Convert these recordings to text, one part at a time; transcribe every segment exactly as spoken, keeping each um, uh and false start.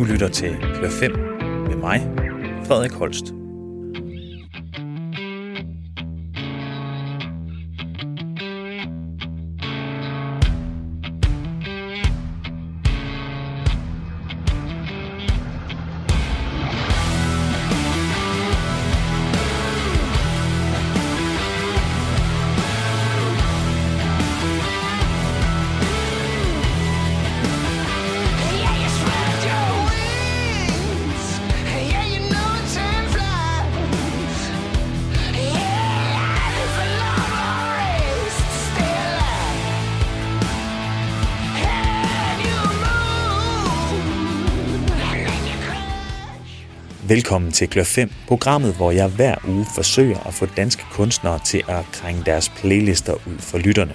Du lytter til Klør fem med mig, Frederik Holst. Velkommen til Klør fem, programmet, hvor jeg hver uge forsøger at få danske kunstnere til at krænge deres playlister ud for lytterne.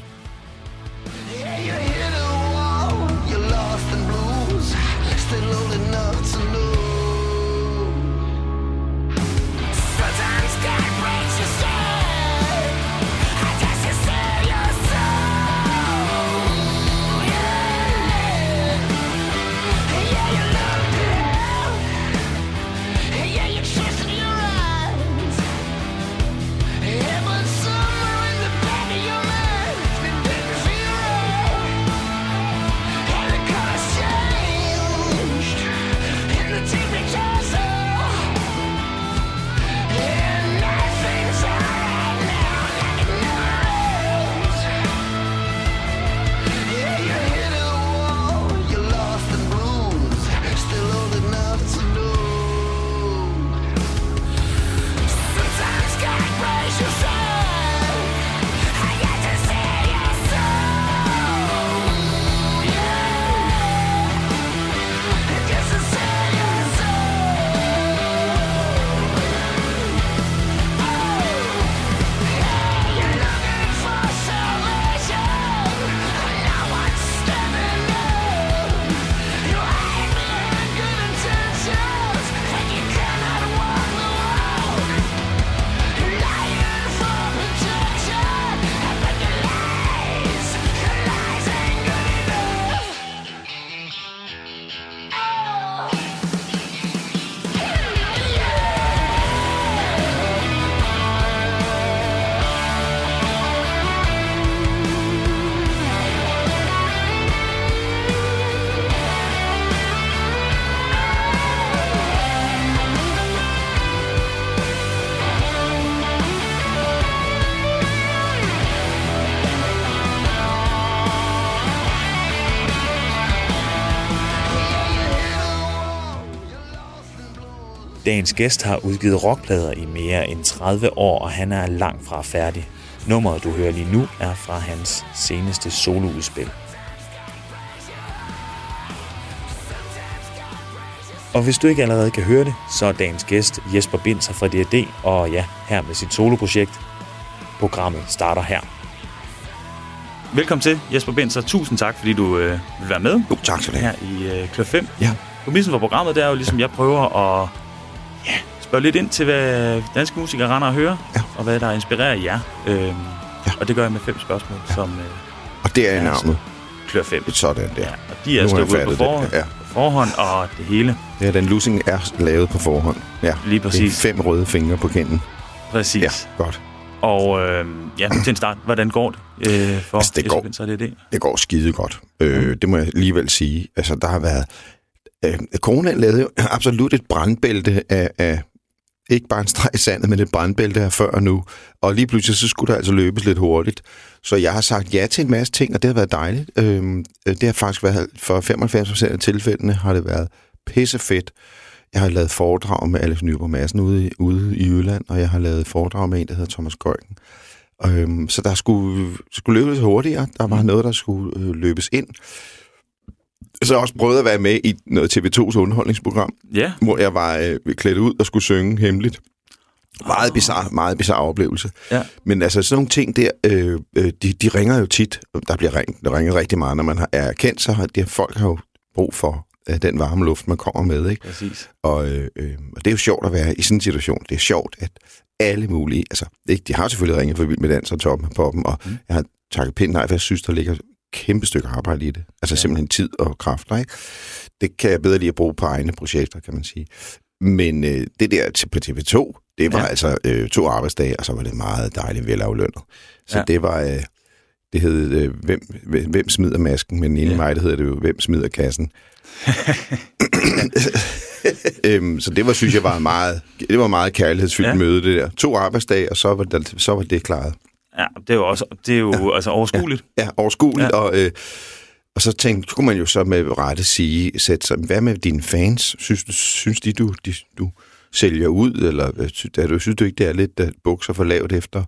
Dagens gæst har udgivet rockplader i mere end tredive år, og han er langt fra færdig. Nummeret, du hører lige nu, er fra hans seneste soloudspil. Og hvis du ikke allerede kan høre det, så er dagens gæst Jesper Binzer fra D og D, og ja, her med sit soloprojekt. Programmet starter her. Velkommen til, Jesper Binzer. Tusind tak, fordi du øh, vil være med. Jo, tak skal du have. Her i øh, Klør fem. Ja. Præmissen for programmet, det er jo ligesom, jeg prøver at ja, spørge lidt ind til, hvad danske musikere render og hører, ja. Og hvad der inspirerer jer. Øhm, ja. Og det gør jeg med fem spørgsmål, ja. som... Øh, og det er i navnet. Klør fem. Et sådan der. Ja, og de er stået ud på forhånd, ja. på forhånd, og det hele. Ja, den lussing er lavet på forhånd. Ja. Lige præcis. Det er fem røde fingre på kinden. Præcis. Ja, godt. Og øh, ja, til en start, hvordan går det øh, for altså, det går, Jesper, det, det? det går skide godt. Øh, det må jeg alligevel sige. Altså, der har været... Øh, corona lavede jo absolut et brandbælte af, af ikke bare en streg i sandet, men et brandbælte af før og nu. Og lige pludselig, så skulle der altså løbes lidt hurtigt. Så jeg har sagt ja til en masse ting, og det har været dejligt. Øh, det har faktisk været, for femoghalvfems procent af tilfældene har det været pissefedt. Jeg har lavet foredrag med Alex Nyborg Madsen ude, ude i Jylland, og jeg har lavet foredrag med en, der hedder Thomas Gøjken. Øhm, så der skulle, skulle løbes hurtigere. Der var noget, der skulle øh, løbes ind. Så jeg også prøvet at være med i noget T V to's underholdningsprogram, yeah. hvor jeg var øh, klædt ud og skulle synge hemmeligt. Meget bizarre, meget bizarre oplevelse. Ja. Men altså sådan nogle ting der, øh, de, de ringer jo tit. Der bliver ringet, der ringer rigtig meget, når man har, er kendt, så har de, folk har jo brug for øh, den varme luft, man kommer med. Ikke? Præcis. Og, øh, øh, og det er jo sjovt at være i sådan en situation. Det er sjovt, at alle mulige, altså ikke, de har selvfølgelig ringet for Vild med Dans og Toppen af Poppen, og mm. jeg har takket pænt nej, for jeg synes, der ligger kæmpe stykke arbejde i det. Altså ja. simpelthen tid og kræfter, ikke? Det kan jeg bedre lige at bruge på egne projekter, kan man sige. Men øh, det der på T V to, det var ja. altså øh, to arbejdsdage, og så var det meget dejligt velaflønnet. Så ja. det var... Øh, det hed, øh, hvem, hvem smider masken, men inde i ja. mig, det hedder det jo, hvem smider kassen. øhm, så det var, synes jeg, var meget, det var meget kærlighedsfyldt ja. møde, det der. To arbejdsdage, og så var det, så var det klaret. Ja, det er jo også, det er jo ja. altså overskueligt. Ja, ja overskueligt, ja. og... Øh, Og så tænkte, kunne man jo så med rette sige, sætte sig, hvad med dine fans? Synes, synes de, du, de, du sælger ud, eller er du, synes du ikke, det er lidt uh, bukser for lavt efter?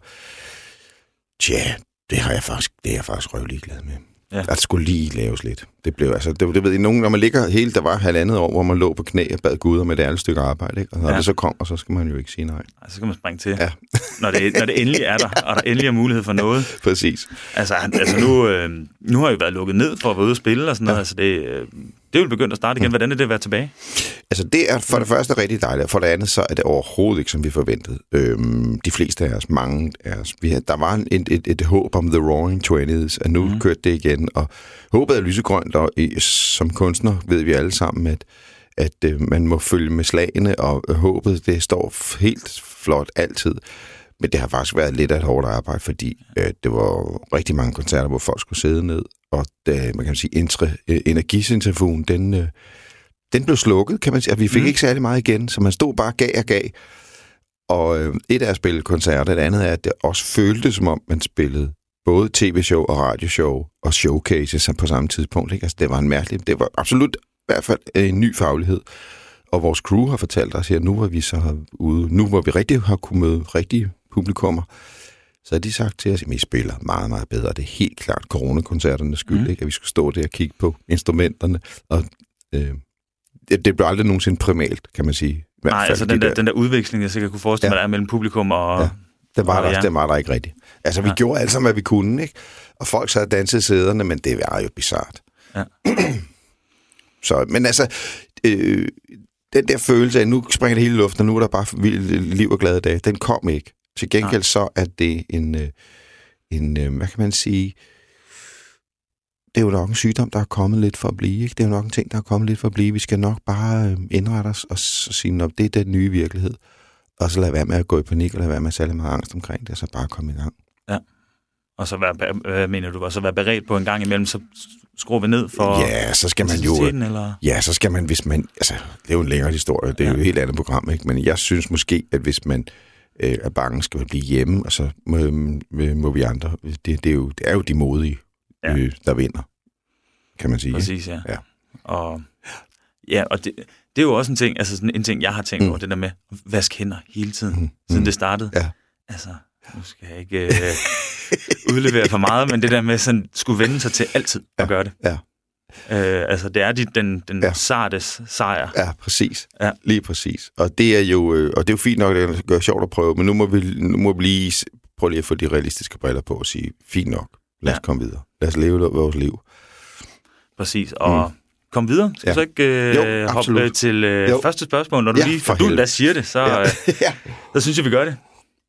Tja, det har jeg faktisk, det er jeg faktisk røvlig glad med. Ja. At skulle lige laves lidt. Det blev altså, det, det ved I, nogen, når man ligger helt, der var halvandet år, hvor man lå på knæ og bad Gud om et ærligt stykke arbejde, ikke? Og når ja. det så kommer, så skal man jo ikke sige nej. Så skal man springe til, ja. når, det, når det endelig er der, og der endelig er mulighed for noget. Præcis. Altså, altså nu, øh, nu har jeg jo været lukket ned for at være ude og spille og sådan noget. Ja. Altså det, øh, det er jo begyndt at starte igen. Hvordan er det at være tilbage? Altså det er for det første rigtig dejligt, for det andet så er det overhovedet ikke, som vi forventede. Øhm, de fleste af os, mange af os, vi havde, der var en, et, et, et håb om The Roaring Twenties, at nu mm. kørte det igen, og håbet er lysegrønt, og som kunstner ved vi alle sammen, at, at øh, man må følge med slagene, og håbet, det står helt flot altid. Men det har faktisk været lidt af et hårdt arbejde, fordi øh, det var rigtig mange koncerter, hvor folk skulle sidde ned, og det, man kan sige, intre, øh, energicentrifugen, den... Øh, Den blev slukket, kan man sige, og vi fik mm. ikke særlig meget igen, så man stod bare gav og gav. Og øh, et af at spille koncerter, det andet er, at det også føltes, som om man spillede både tv-show og radioshow og showcases på samme tidspunkt. Ikke? Altså, det var en mærkelig, det var absolut i hvert fald en ny faglighed. Og vores crew har fortalt os her, nu hvor vi så ude, nu hvor vi rigtig har kunnet møde rigtige publikummer, så har de sagt til os, at vi spiller meget, meget bedre. Det er helt klart coronakoncerternes skyld, mm. ikke? At vi skulle stå der og kigge på instrumenterne, og øh, Det, det blev aldrig nogensinde primalt, kan man sige. Nej, altså den der, der, den der udveksling, jeg sikkert kunne forestille mig, ja. der er mellem publikum og... Ja, det var, og, der, ja. det var der ikke rigtigt. Altså, vi ja. gjorde alt sammen, hvad vi kunne, ikke? Og folk sad og dansede i sæderne, men det var jo bizart. Ja. Så, men altså, øh, den der følelse af, nu springer det hele i luften, og nu er der bare vildt liv og glade dage, den kom ikke. Til gengæld ja. så er det en, en, hvad kan man sige... Det er jo nok en sygdom, der er kommet lidt for at blive. Ikke? Det er jo nok en ting, der er kommet lidt for at blive. Vi skal nok bare indrette os og sige, at det er den nye virkelighed. Og så lade være med at gå i panik, og lade være med at særlig meget angst omkring det, og så bare komme i gang. Ja. Og så være, hvad mener du, og så være beredt på en gang imellem, så skruer vi ned for... Ja, så skal man jo... Eller? Ja, så skal man, hvis man... Altså, det er jo en længere historie, det er ja. jo et helt andet program, ikke? Men jeg synes måske, at hvis man øh, er bange, skal man blive hjemme, og så må, må vi andre... Det, det, er jo, det er jo de modige, ja. øh, der vinder, kan man sige. Præcis, ja. ja. Og, ja, og det, det er jo også en ting, altså sådan en ting, jeg har tænkt mm. over, det der med at vaske hænder hele tiden, mm. siden mm. det startede. Ja. Altså, nu skal jeg ikke øh, udlevere for meget, men det der med sådan, skulle vende sig til altid at ja. gøre det. Ja. Øh, altså, det er de, den, den ja. sartes sejr. Ja, præcis. Ja. Lige præcis. Og det er jo, øh, og det er jo fint nok, at det gør sjovt at prøve, men nu må vi, nu må vi lige prøve lige at få de realistiske briller på og sige, fint nok, lad os ja. komme videre. Lad os leve vores liv. Præcis, og mm. kom videre. Skal ja. så ikke øh, jo, hoppe til øh, første spørgsmål? Når du ja, lige du lader siger det, så, ja. øh, ja. så synes jeg, vi gør det.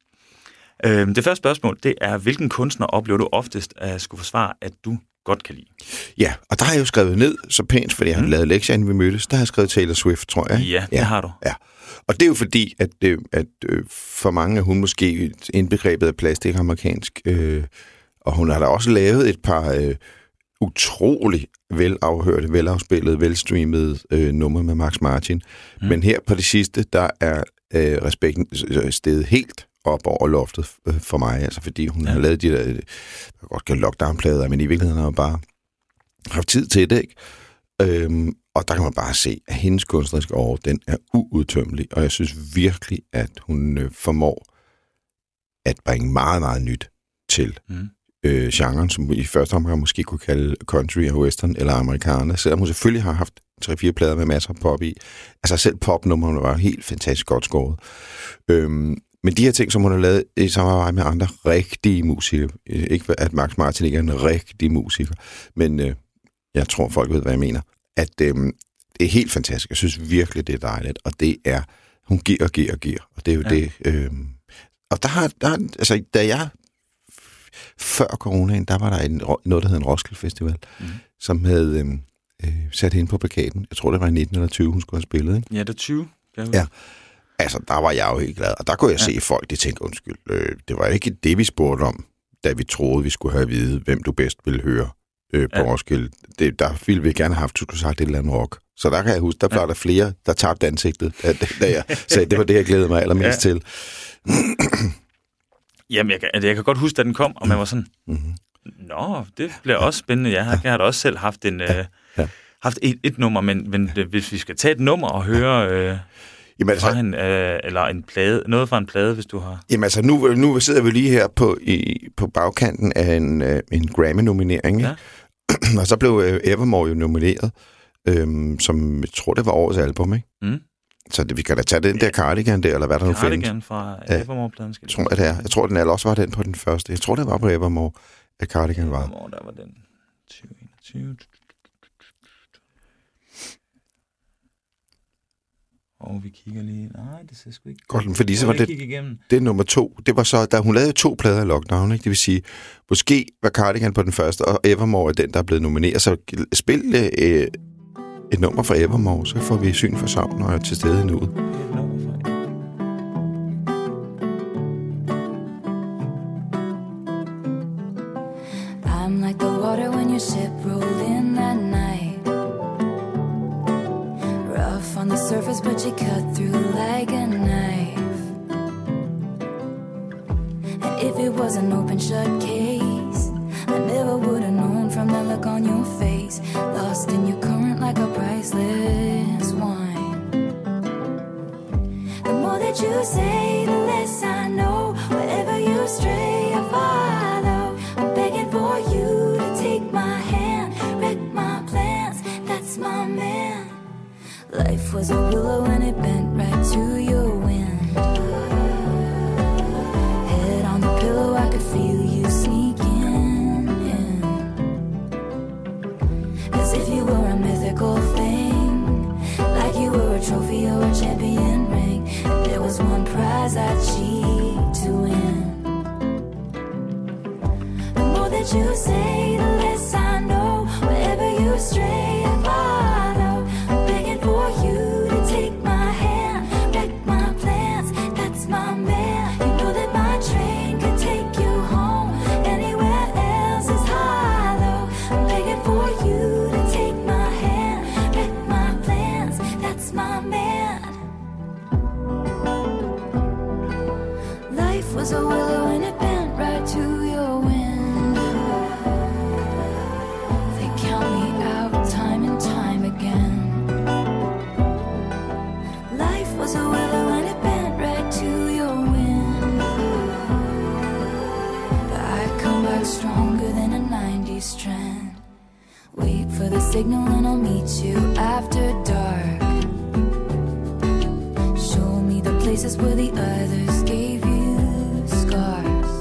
Øh, det første spørgsmål, det er, hvilken kunstner oplever du oftest at skulle forsvare, at du godt kan lide? Ja, og der har jeg jo skrevet ned så pænt, fordi jeg har mm. lavet lektier, inden vi mødtes. Der har jeg skrevet Taylor Swift, tror jeg. Ja, det ja. har du. Ja. Og det er jo fordi, at, at for mange er hun måske indbegrebet af plastik-amerikansk, øh, og hun har da også lavet et par... Øh, utrolig velafhørte, velafspillede, velstreamede øh, numre med Max Martin. Mm. Men her på det sidste, der er øh, respekten steget helt op over loftet for mig, altså fordi hun ja. har lavet de der, jeg godt kan lockdown-plader, men i virkeligheden har hun bare haft tid til det, ikke? Øhm, og der kan man bare se, at hendes kunstneriske år, den er uudtømmelig, og jeg synes virkelig, at hun øh, formår at bringe meget, meget nyt til mm. Øh, genren, som i første omgang måske kunne kalde country og western eller amerikaner, selvom hun selvfølgelig har haft tre-fire plader med masser af pop i. Altså selv popnummerne var helt fantastisk godt skåret. Øhm, men de her ting, som hun har lavet i samarbejde med andre rigtige musikere, ikke at Max Martin ikke er en rigtig musiker, men øh, jeg tror, folk ved, hvad jeg mener, at øh, det er helt fantastisk. Jeg synes virkelig, det er dejligt, og det er, hun giver og giver og giver, og det er jo ja. det. Øh, og der har, der, altså, da jeg før coronaen, der var der en, noget, der hed en Roskilde Festival, mm. som havde øh, øh, sat hende på plakaten. Jeg tror, det var i nitten eller tyve, hun skulle have spillet. Ikke? Ja, det er tyve. Ja, altså der var jeg jo helt glad. Og der kunne jeg ja. se folk, de tænkte, undskyld, øh, det var ikke det, vi spurgte om, da vi troede, vi skulle have at vide, hvem du bedst ville høre øh, på ja. Roskilde. Det, der ville vi gerne have haft, du skulle sagt et eller andet rock. Så der kan jeg huske, der var ja. der flere, der tabte ansigtet, da, da jeg sagde, det var det, jeg glædede mig allermest ja. til. Jamen, jeg kan, jeg kan godt huske, da den kom, og man var sådan, mm-hmm. nå, det bliver ja. også spændende. Jeg har, jeg har da også selv haft, en, ja. Øh, ja. haft et, et nummer, men, men hvis vi skal tage et nummer og høre øh, jamen, altså, fra en, øh, eller en plade, noget fra en plade, hvis du har... Jamen altså, nu, nu sidder vi lige her på, i, på bagkanten af en, øh, en Grammy-nominering, ja. og så blev øh, Evermore jo nomineret, øh, som jeg tror, det var årets album, ikke? Mm. Så det, vi kan da tage den der Cardigan der, eller hvad der nu findes. Cardigan fra ja. Evermore-pladen, skal tror, jeg, det er. Jeg tror, den også var den på den første. Jeg tror, det var på Evermore, at Cardigan var. Evermore, der var den tyve enogtyve. Og vi kigger lige... Nej, det ser sgu ikke... Godt, fordi så var det, det er nummer to. Det var så, da hun lavede to plader i lockdown, ikke? Det vil sige, måske var Cardigan på den første, og Evermore er den, der er blevet nomineret. Så spil øh, et nummer fra Evermore, så får vi syn for savn og er til stede nu. I'm like the water when your ship rolled in that night. Rough on the surface, but you cut through like a knife. And if it was an open shut case, I never would have known from that look on your face. Lost in your current like a priceless wine. The more that you say, the less I know. Wherever you stray, I follow. I'm begging for you to take my hand, wreck my plans, that's my man. Life was a willow and it bent right to your wind. Head on the pillow, I could feel you sneaking in. As if you were a mythical thing, like you were a trophy or a champion ring. And there was one prize I'd cheat to win. The more that you say, the less I know. Wherever you stray, I follow. I'm begging for you to take my hand, wreck my plans, that's my man. You know that my train could take you home. Anywhere else is hollow. I'm begging for you to take my hand, wreck my plans, that's my man. Life was a willow and it bent right to your wind. They count me out time and time again. Life was a willow and it bent right to your wind. But I come back stronger than a nineties strand. Wait for the signal and I'll meet you after dark. Show me the places where the others gave you scars.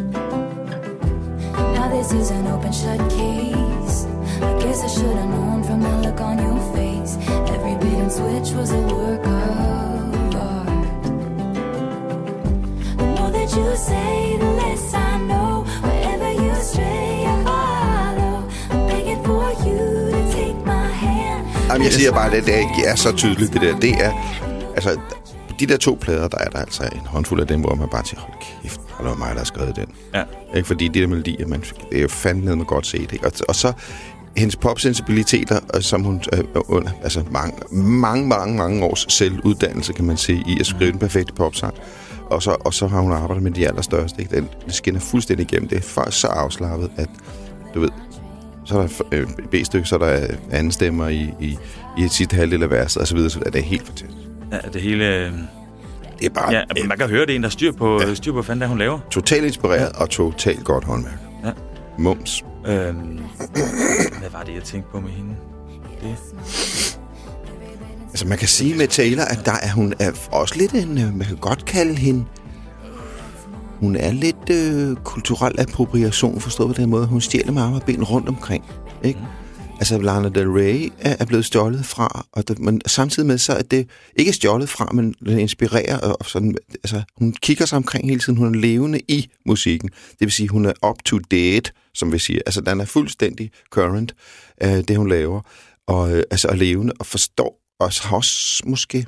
Now this is an open shut case. I guess I should have known from the look on your face. Every bait and switch was a work of art. The more that you say, the less I know. Wherever you stray, I follow. I'm begging for you to take my hand. Jamen, jeg siger bare, at det er så tydeligt, det der. Det er, altså, de der to plader, der er der altså en håndfuld af dem, hvor man bare siger, hold kæft, det var mig, der har skrevet den. Ja. Ikke? Fordi de der melodier, man, det er jo fandme noget med godt set. Ikke? Og, og så hendes popsensibiliteter, som hun øh, under altså mange, mange, mange, mange års selvuddannelse, kan man sige, i at skrive den perfekte popsang. Og så, og så har hun arbejdet med de allerstørste. Ikke? Den skinner fuldstændig igennem. Det er først så afslappet, at du ved, så er der øh, B-stykke, så er der anden stemmer i, i, i et sidste halvdel af verset, og så videre, så det er helt fantastisk. Ja, det hele... Øh... Det er bare... Ja, man kan høre det en, der styr på, ja. styr på fanden, der hun laver. Totalt inspireret ja. og totalt godt håndværk. Ja. Mums. Øhm, hvad var det, jeg tænkte på med hende? Det. Altså, man kan sige med Taylor, at der er hun er også lidt en... Man kan godt kalde hende... Hun er lidt øh, kulturel appropriation, forstået på den måde. Hun stjæler med arme og ben rundt omkring, ikke? Mm. Altså, Lana Del Rey er, er blevet stjålet fra, og det, men samtidig med så er det ikke stjålet fra, men det inspirerer, og sådan, altså, hun kigger sig omkring hele tiden, hun er levende i musikken. Det vil sige, hun er up to date, som vi siger. Altså, den er fuldstændig current, øh, det hun laver, og øh, altså, er levende, og forstår, og har også måske,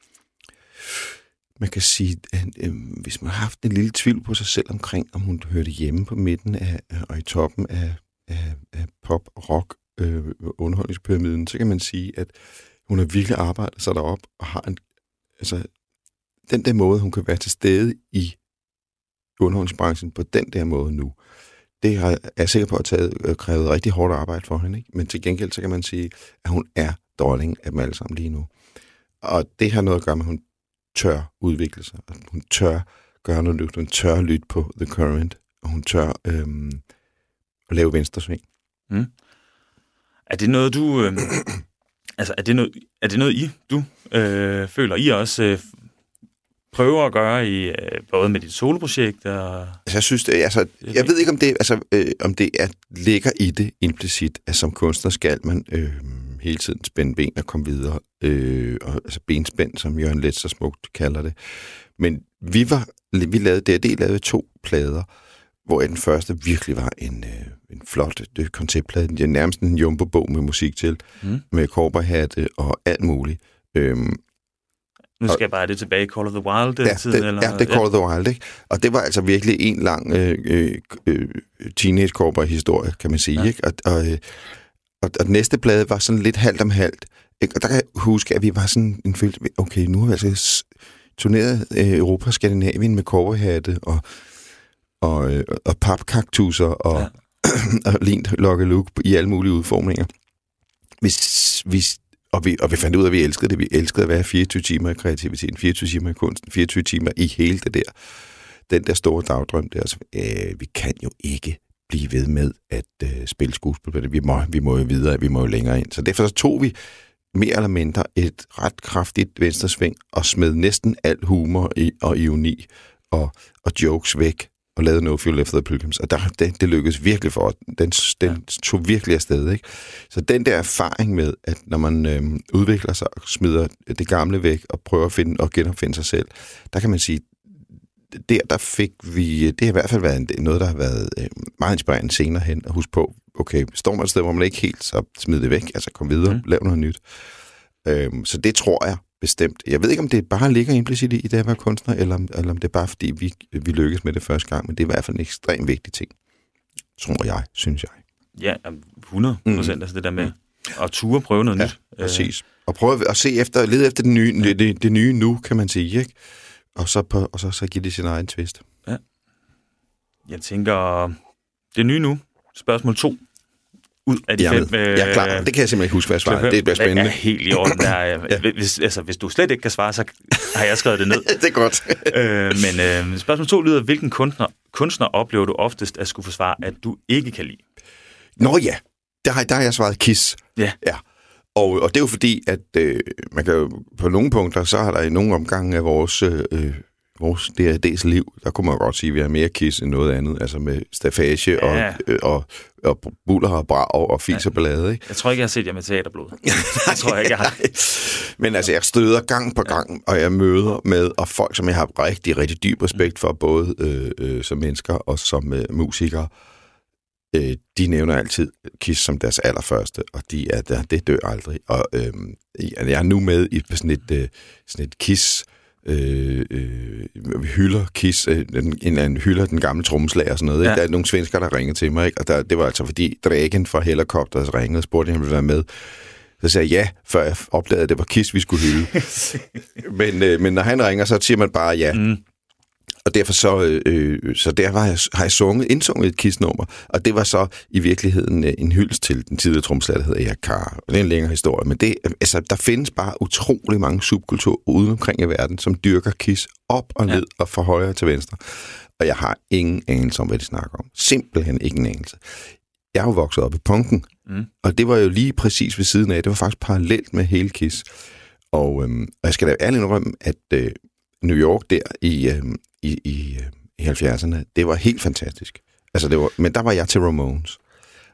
man kan sige, at, øh, hvis man har haft en lille tvivl på sig selv omkring, om hun hørte hjemme på midten af, og i toppen af, af, af pop og rock, Øh, underholdningspyramiden, så kan man sige, at hun har virkelig arbejdet sig derop og har en, altså, den der måde, hun kan være til stede i underholdningsbranchen på den der måde nu, det har, er jeg sikker på at have krævet rigtig hårdt arbejde for hende, ikke? Men til gengæld, så kan man sige, at hun er dronning af dem alle sammen lige nu. Og det har noget at gøre med, at hun tør udvikle sig, at hun tør gøre noget nyt, hun tør lytte på The Current, og hun tør øhm, at lave venstresving. Mm. Er det noget, du... Øh, altså, er det noget, er det noget I, du øh, føler, I også øh, prøver at gøre, i øh, både med dit soloprojekt og... Altså, jeg synes, det, altså, jeg ved ikke, om det, altså, øh, om det er, ligger i det implicit, at som kunstner skal man øh, hele tiden spænde ben og komme videre. Øh, og, altså benspænd, som Jørgen Leth så smukt kalder det. Men vi var, vi lavede det, det lavede to plader, hvor den første virkelig var en, øh, en flot øh, konceptplade. Det er nærmest en jumbo-bog med musik til, mm. med cowboyhatte og alt muligt. Øhm, nu skal og, jeg bare det tilbage i Call of the Wild ja, tiden, det, eller? Ja, det er Call ja. of the Wild, ikke? Og det var altså virkelig en lang øh, øh, teenage-cowboy-historie, kan man sige, ja. Ikke? Og, og, og, og næste plade var sådan lidt halvt om halvt. Ikke? Og der kan jeg huske, at vi var sådan en følelse, okay, nu har vi altså turneret øh, Europa og Skandinavien med cowboyhatte og og, og papkaktusser og, ja. og lint Lucky Luke i alle mulige udformninger. Hvis, hvis, og, vi, og vi fandt ud af, at vi elskede det. Vi elskede at være fireogtyve timer i kreativiteten, fireogtyve timer i kunsten, fireogtyve timer i hele det der. Den der store dagdrøm der. Så, øh, vi kan jo ikke blive ved med at øh, spille skuespil. Vi må, vi må jo videre, vi må jo længere ind. Så derfor så tog vi mere eller mindre et ret kraftigt venstresving og smed næsten al humor i, og ironi og, og jokes væk og lavede No Fear Left for the Pilgrims, og der, det, det lykkedes virkelig for os. Den, den ja. tog virkelig afsted, ikke? Så den der erfaring med, at når man øhm, udvikler sig og smider det gamle væk og prøver at finde og genopfinde sig selv, der kan man sige, der, der fik vi, det har i hvert fald været noget, der har været øh, meget inspirerende senere hen, at huske på, okay, står man et sted, hvor man ikke helt, så smid det væk, altså kom videre, mm. lav noget nyt. Øhm, så det tror jeg bestemt. Jeg ved ikke, om det bare ligger implicit i det at være kunstner, eller om, eller om det er bare, fordi vi, vi lykkes med det første gang, men det er i hvert fald en ekstremt vigtig ting. Tror jeg, synes jeg. Ja, hundrede procent. Mm. Altså det der med at ture prøve noget ja, nyt. Præcis. Og prøve at se efter, lede efter det nye, ja. det, det nye nu, kan man sige, ikke? Og så, på, og så, så give det sin egen twist. Ja. Jeg tænker, det nye nu, spørgsmål to, ud af de Jamen, fem... Øh, ja, klar. Det kan jeg simpelthen ikke huske, hvad jeg svarer. Det bliver spændende. Det er helt i orden. Der, ja. hvis, altså, hvis du slet ikke kan svare, så har jeg skrevet det ned. Det er godt. øh, men øh, spørgsmål to lyder, hvilken kunstner, kunstner oplever du oftest at skulle forsvare, at du ikke kan lide? Nå ja, der har, der har jeg svaret Kiss. Ja. ja. Og, og det er jo fordi, at øh, man kan jo, på nogle punkter, så har der i nogle omgange af vores... Øh, vores D R D's liv, der kunne man godt sige, at vi har mere Kiss end noget andet, altså med stafage ja. og, øh, og, og buller og brag og fis ja. og ballade, ikke? Jeg tror ikke, jeg har set jer med teaterblod. Det tror jeg ikke, jeg har. Men altså, jeg støder gang på gang, og jeg møder med, og folk, som jeg har rigtig, rigtig dyb respekt for, både øh, øh, som mennesker og som øh, musikere, øh, de nævner altid Kiss som deres allerførste, og de er der, det dør aldrig. Og øh, jeg er nu med i sådan et, øh, sådan et Kiss, Øh, øh, vi hylder Kiss, øh, en, en, en hylder den gamle trommeslager og sådan noget. Ja. Ikke? Der er nogle svensker, der ringede til mig, ikke? Og der, det var altså fordi Dragen fra Helicopters ringede og spurgte, om han ville være med. Så sagde jeg ja, før jeg opdagede, at det var Kiss, vi skulle hylde. men, øh, men når han ringer, så siger man bare ja. Mm. Og derfor så, øh, så der var jeg, har jeg sunget, indsunget et Kiss-nummer, og det var så i virkeligheden en hyldest til den tidligere trommeslager, der hedder Erik Carr. Det er en længere historie, men det, altså, der findes bare utrolig mange subkulturer ude omkring i verden, som dyrker Kiss op og ned ja. og fra højre til venstre. Og jeg har ingen anelse om, hvad de snakker om. Simpelthen ikke en anelse. Jeg er jo vokset op i punken, mm. og det var jo lige præcis ved siden af. Det var faktisk parallelt med hele Kiss. Og, øhm, og jeg skal da ærligt indrømme, at øh, New York der i... Øh, I, i, i halvfjerdserne, det var helt fantastisk. Altså, det var, men der var jeg til Ramones.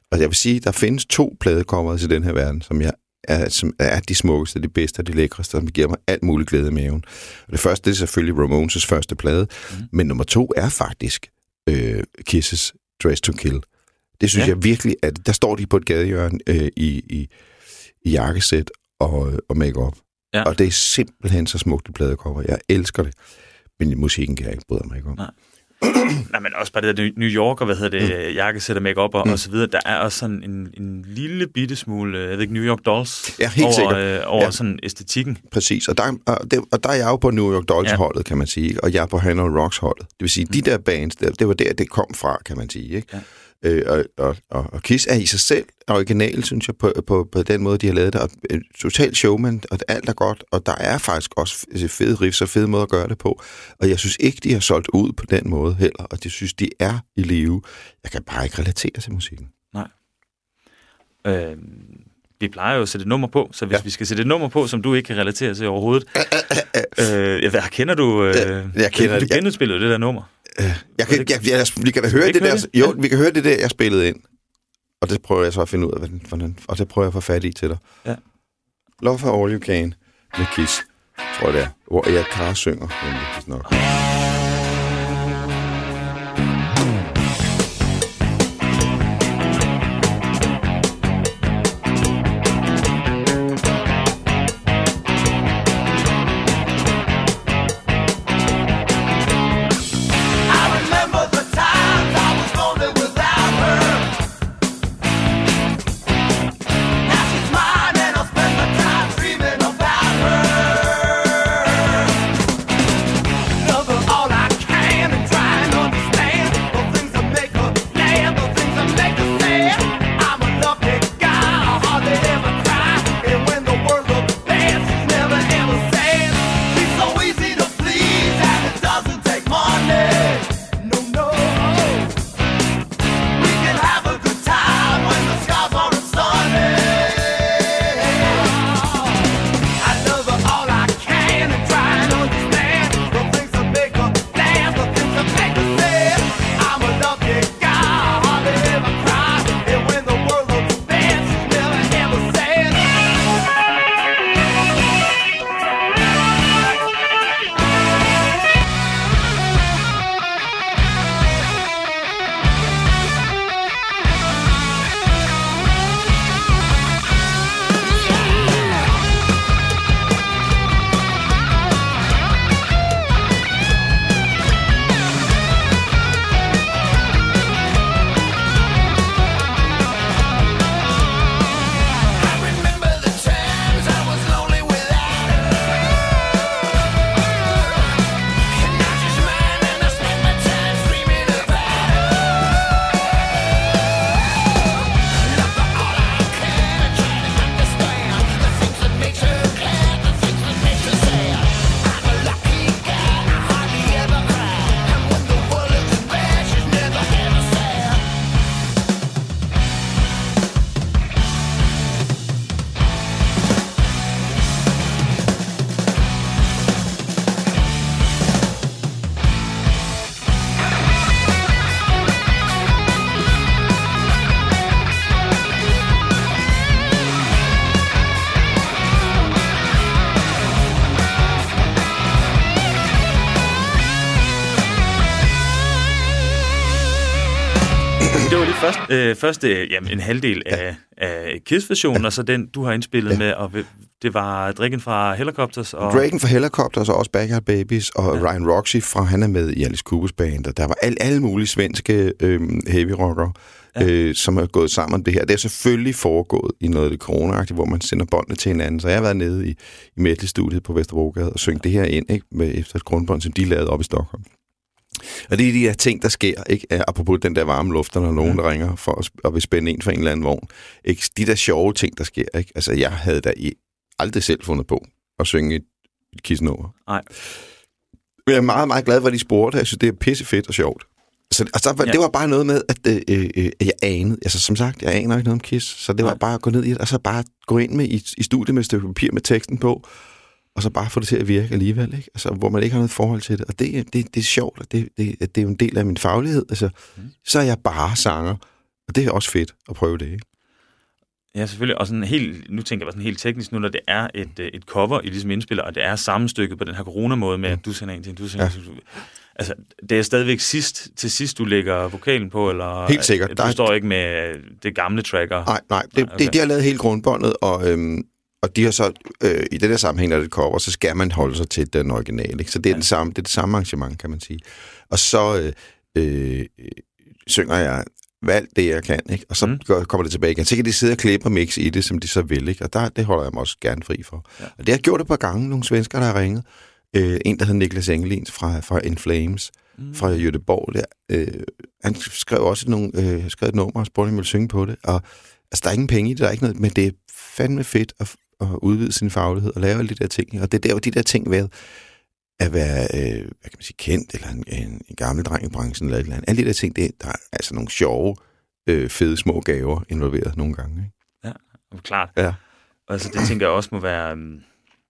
Og jeg vil sige, der findes to pladecover til den her verden, som jeg er, som er de smukkeste, de bedste og de lækreste, som giver mig alt muligt glæde i maven. Og det første, det er selvfølgelig Ramones' første plade, mm. men nummer to er faktisk øh, Kiss' Dress to Kill. Det synes ja. jeg virkelig, at der står de på et gadehjørne øh, i, i, i jakkesæt og, og make-up. Ja. Og det er simpelthen så smukt et pladecover. Jeg elsker det. Men musikken kan jeg ikke bryde mig ikke om. Nej. Nej, men også bare det der New York, og hvad hedder det, mm. jakkesæt og make-up og, mm. og så videre. Der er også sådan en, en lille bitte smule, jeg ved ikke, New York Dolls ja, helt over, øh, over ja. sådan æstetikken. Præcis, og der, og, det, og der er jeg jo på New York Dolls-holdet, ja. kan man sige, og jeg er på Hanoi Rocks-holdet. Det vil sige, mm. de der bands, det, det var der, det kom fra, kan man sige, ikke? Ja. Øh, og, og, og, og Kiss er i sig selv original, synes jeg, på, på, på den måde, de har lavet det. Og totalt showman, og alt er godt, og der er faktisk også fede riffs og fede måder at gøre det på. Og jeg synes ikke, de har solgt ud på den måde heller, og det synes, de er i live. Jeg kan bare ikke relatere til musikken. Nej. Øh, vi plejer jo at sætte et nummer på, så hvis ja. vi skal sætte et nummer på, som du ikke kan relatere til overhovedet, øh, jeg ved, kender du, øh, jeg kender du genudspillede det der nummer? Jeg kan, jeg, jeg, vi kan da høre det der. Det? Jo, vi kan høre det der, jeg spillede ind. Og det prøver jeg så at finde ud af, hvordan, og det prøver jeg at få fat i til dig. Ja. Love for All You Can med Kiss, tror jeg det er. Hvor Erik Carr synger, nemlig nok. Først, øh, første, jamen, en halvdel af, ja. af Kiss-versionen, ja. og så den, du har indspillet ja. med, og det var Dragon fra Helicopters. Og... Dragon fra Helicopters, og også Backyard Babies, og ja. Ryan Roxy fra, han er med i Alice Coopers band, og der var al, alle mulige svenske øh, heavy rockere, ja. øh, som er gået sammen om det her. Det er selvfølgelig foregået i noget af det corona-agtigt, hvor man sender båndene til hinanden, så jeg har været nede i, i Metal-studiet på Vesterbrogade og syngt det her ind, ikke, med, efter et grundbånd, som de lavede op i Stockholm. Og det er de her ting, der sker, ikke? Apropos den der varme luft, når nogen, der ringer for at, at vil spænde en for en eller anden vogn. Ikke? De der sjove ting, der sker, ikke? Altså, jeg havde da i aldrig selv fundet på at synge et, et Kiss-nummer. Nej. Men jeg er meget, meget glad for, at de spurgte. Jeg synes, det er pissefedt og sjovt. Så altså, ja. det var bare noget med, at øh, øh, jeg anede. Altså, som sagt, jeg aner ikke noget om Kiss. Så det Nej. var bare at gå ned i det, og så bare gå ind med i, i studiet med et stykke papir med teksten på, og så bare få det til at virke alligevel, ikke? Altså, hvor man ikke har noget forhold til det. Og det, det, det er sjovt, og det, det, det er jo en del af min faglighed. Altså, mm. så er jeg bare sanger, Og det er også fedt at prøve det, ikke? Ja, selvfølgelig. Og sådan helt, nu tænker jeg sådan helt teknisk nu, når det er et, et cover i ligesom indspiller, og det er sammenstykket på den her corona-måde med, at du sender en til en, du sender ja. en til en. Altså, det er stadigvæk sidst, til sidst, du lægger vokalen på, eller... Helt sikkert. Du der står er... ikke med det gamle tracker? Nej, nej. Det, nej okay. det, de har lavet hele grundbåndet, og, øhm, og de har så, øh, i den der sammenhæng, når det er et cover, så skal man holde sig til den originale, ikke? Så det er, ja. den samme, det er det samme arrangement, kan man sige. Og så øh, øh, synger jeg valg det, jeg kan, ikke? Og så mm. kommer det tilbage igen. Så kan de sidde og klippe og mixe i det, som de så vil, ikke? Og der, det holder jeg mig også gerne fri for. Ja. Og det har jeg gjort et par gange, nogle svensker, der har ringet. Øh, en, der hedder Niklas Engelins fra, fra In Flames, mm. fra Göteborg. Der. Øh, han skrev også nogle, øh, skrev et nummer og spurgte, om jeg ville synge på det. Og altså, der er ingen penge i det, der er ikke noget, men det er fandme fedt at, at udvide sin faglighed og lave alle de der ting. Og det er der, de der ting ved at være, øh, hvad kan man sige, kendt, eller en, en, en gammel dreng i branchen, eller et eller andet. Alle de der ting, det, der er altså nogle sjove, øh, fede små gaver involveret nogle gange. Ikke? Ja, klart. Ja. Og altså, det tænker jeg også må være, um,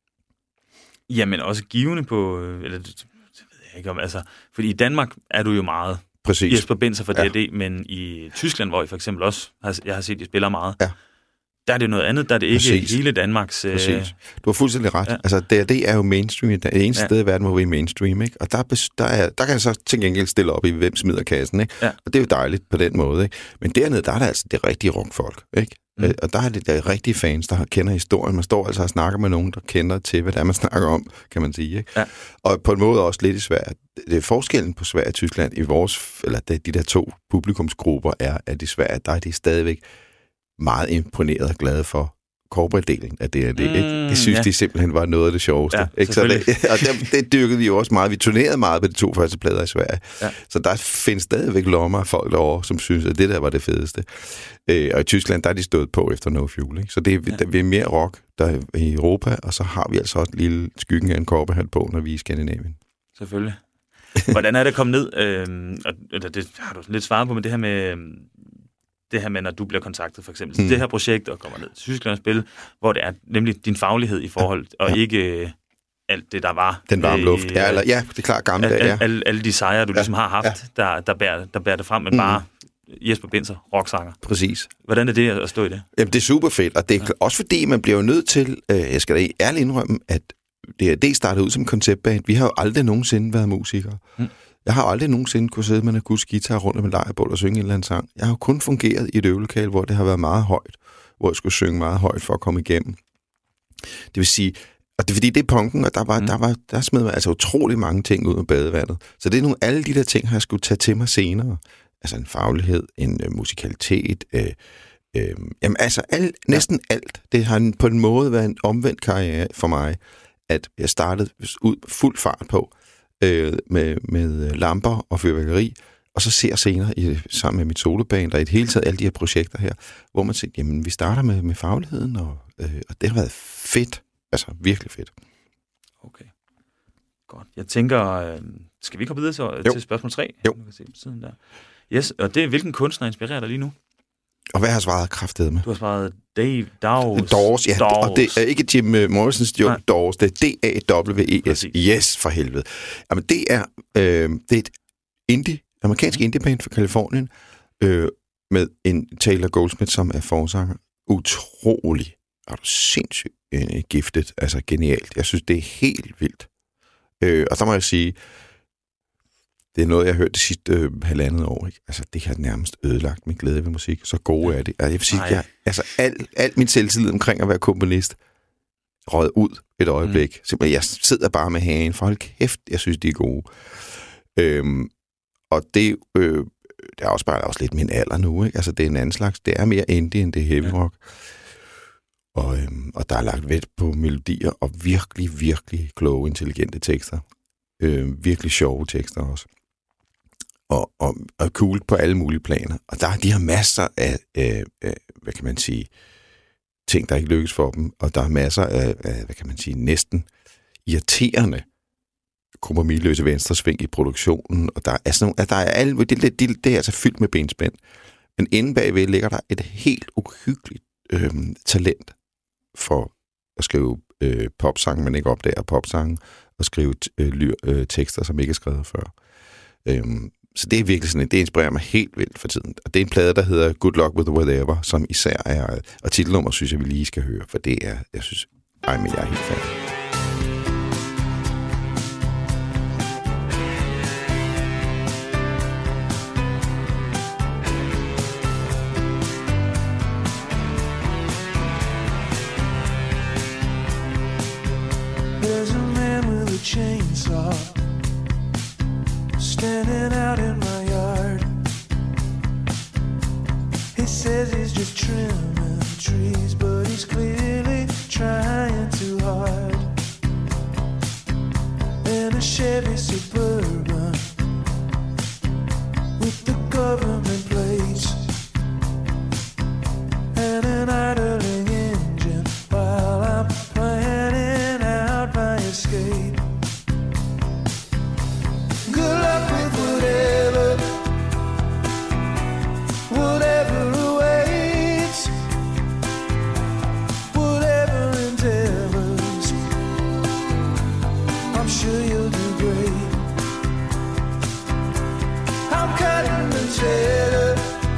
jamen også givende på, eller det ved jeg ikke om, altså, fordi i Danmark er du jo meget Præcis. Jesper Binzer for D og D, ja. Men i Tyskland, hvor I for eksempel også, har, jeg har set, at I spiller meget, ja. Der er det noget andet, der er det ikke Præcis. Hele Danmarks... Øh... Præcis. Du har fuldstændig ret. Ja. Altså, D og D er jo mainstream. Det er det eneste ja. Sted i verden, hvor vi er mainstream, ikke? Og der, der, er, der kan jeg så til gengæld stille op i, hvem smider kassen, ikke? Ja. Og det er jo dejligt på den måde, ikke? Men dernede, der er der altså det rigtige rockfolk, ikke? Mm. Og der er det der rigtige fans, der kender historien. Man står altså og snakker med nogen, der kender til, hvad det er, man snakker om, kan man sige, ikke? Ja. Og på en måde også lidt i Sverige. Det er forskellen på Sverige og Tyskland i vores... Eller de der to publikumsgrupper er, at i Sverige, der er de stadigvæk meget imponeret og glade for corporate-delen af D og D. Mm, ikke? Jeg synes, ja. Det simpelthen var noget af det sjoveste. Ja, ikke? Så det, og det, det dyrkede vi jo også meget. Vi turnerede meget på de to første plader i Sverige. Ja. Så der findes stadigvæk lommer af folk derovre, som synes, at det der var det fedeste. Øh, og i Tyskland, der er de stået på efter No Fuel. Ikke? Så det er, ja. der, vi er mere rock der er i Europa, og så har vi altså også en lille skyggen af en korpehat på, når vi er i Skandinavien. Selvfølgelig. Hvordan er det kommet ned? Øh, og det har du lidt svaret på, med det her med... Det her med, når du bliver kontaktet for eksempel til mm. det her projekt, og kommer ned til Tyskland og spille, hvor det er nemlig din faglighed i forhold, ja. Og ikke øh, alt det, der var. Den varme luft. Øh, ja, eller, ja, det er klart gamle dage, ja. Alle, alle de sejre, du ja. Ligesom har haft, ja. der, der, bærer, der bærer det frem, men mm. bare Jesper Binzer, rocksanger. Præcis. Hvordan er det at stå i det? Jamen, det er super fedt, og det er ja. Også fordi, man bliver jo nødt til, øh, jeg skal da ærligt indrømme, at D og D startede ud som konceptband. Vi har jo aldrig nogensinde været musikere. Mm. Jeg har aldrig nogensinde kunne sidde med en akustisk guitar rundt om en lejrbål og synge en eller anden sang. Jeg har jo kun fungeret i et øvelokale, hvor det har været meget højt, hvor jeg skulle synge meget højt for at komme igennem. Det vil sige, og det er fordi, det er punken, og der, var, mm. der, var, der smed man altså utrolig mange ting ud af badevandet. Så det er nogle alle de der ting, har jeg skulle tage til mig senere. Altså en faglighed, en øh, musikalitet, øh, øh, jamen altså al, næsten ja. Alt. Det har på en måde været en omvendt karriere for mig, at jeg startede ud fuld fart på, Øh, med, med lamper og fyrværkeri, og så ser senere i, sammen med mit soloband, og i det hele taget alle de her projekter her, hvor man siger, jamen vi starter med, med fagligheden, og, øh, og det har været fedt. Altså virkelig fedt. Okay. Godt. Jeg tænker, øh, skal vi komme videre til, til spørgsmål tre? Jo. Man kan se på siden der. Yes, og det er, hvilken kunstner inspirerer dig lige nu? Og hvad har jeg svaret kraftedeme med? Du har svaret Dave Dawes. Dawes, ja. Dawes. Og det er ikke Jim Morrisons joke, Dawes. Det er D A W E S. Yes, for helvede. Jamen, det er, øh, det er et indie, amerikansk indie-band fra Kalifornien, øh, med en Taylor Goldsmith, som er forsanger. Utrolig. Er du sindssygt øh, giftet. Altså, genialt. Jeg synes, det er helt vildt. Øh, og så må jeg sige, det er noget, jeg har hørt det sidste øh, halvandet år. Ikke? Altså, det har nærmest ødelagt min glæde ved musik. Så gode er det. Altså, jeg vil sige, jeg, altså, al, al min selvtillid omkring at være komponist røget ud et øjeblik. Mm. Simpelthen, jeg sidder bare med hagen. For hold kæft, jeg synes, de er gode. Øhm, og det, øh, det er også bare også lidt min alder nu. Ikke? Altså, det er en anden slags. Det er mere indie, end det heavy rock. Ja. Og, øhm, og der er lagt vægt på melodier og virkelig, virkelig kloge, intelligente tekster. Øh, virkelig sjove tekster også. Og, og, og cool på alle mulige planer. Og der er de her masser af, af, af, hvad kan man sige, ting, der ikke lykkes for dem. Og der er masser af, af hvad kan man sige, næsten irriterende kompromisløse venstresving i produktionen. Og der er sådan nogle, der er alle, det, det, det, det er altså fyldt med benspænd. Men inde bagved ligger der et helt uhyggeligt øh, talent for at skrive øh, popsange, men ikke opdager popsange, og skrive øh, lyr, øh, tekster, som ikke er skrevet før. Øhm, så det er virkelig sådan, det inspirerer mig helt vildt for tiden. Og det er en plade, der hedder Good Luck With Whatever, som især er, og titelnummer synes jeg, vi lige skal høre, for det er, jeg synes, ej, men jeg er helt færdig. There's a man with a chainsaw standing out in my yard. He says he's just trimming trees, but he's clearly trying too hard. In a Chevy Suburban with the government plates and an idling engine while I'm planning out my escape. Good luck with whatever, whatever awaits, whatever endeavors. I'm sure you'll do great. I'm cutting the cheddar,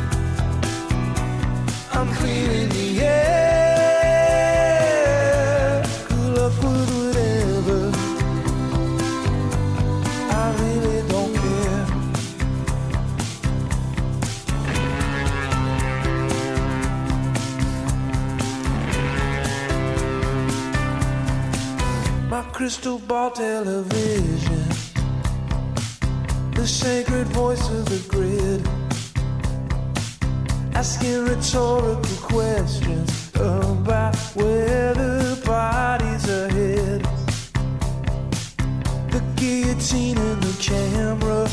I'm clearing the air. Good luck with whatever, I really don't care. My crystal ball television, the sacred voice of the grid, asking rhetorical questions about where the party's ahead. The guillotine and the camera,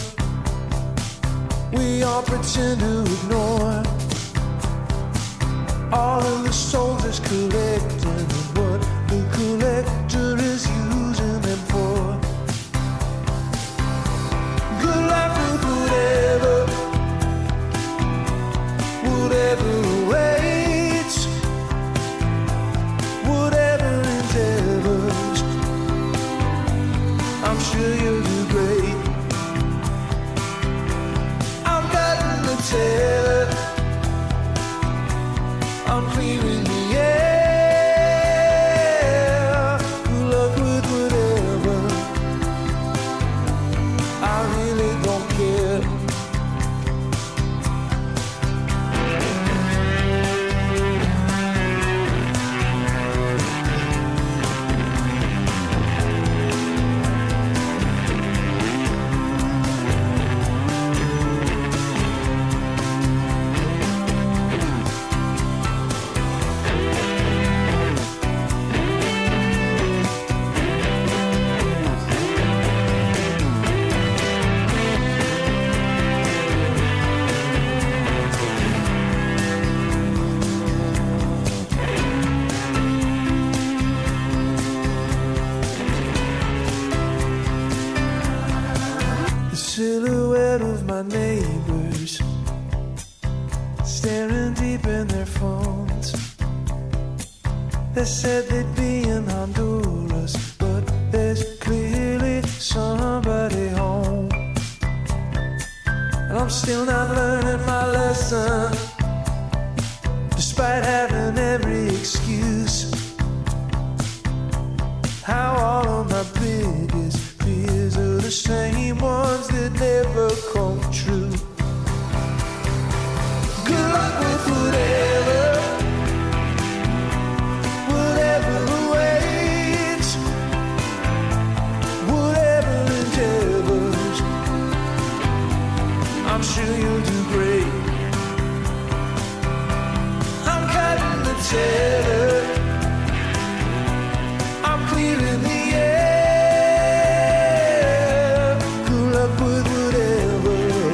we all pretend to ignore. All of the soldiers collecting what the collector is using them for. Good luck with whatever, whatever awaits, whatever endeavors. I'm sure you'll do great. I'm cutting the tailor, I'm clearing the air. Good luck with whatever, I really don't care. The silhouette of my neighbors staring deep in their phones. They said they'd be in Honduras, but there's clearly somebody home. And I'm still not learning my lesson, despite having every excuse. How all of my biggest fears are the same ones that never come true. Good luck with whatever, whatever awaits, whatever endeavors. I'm sure you'll do great. I'm cutting the cheddar, I'm clearing the air. Good luck with whatever,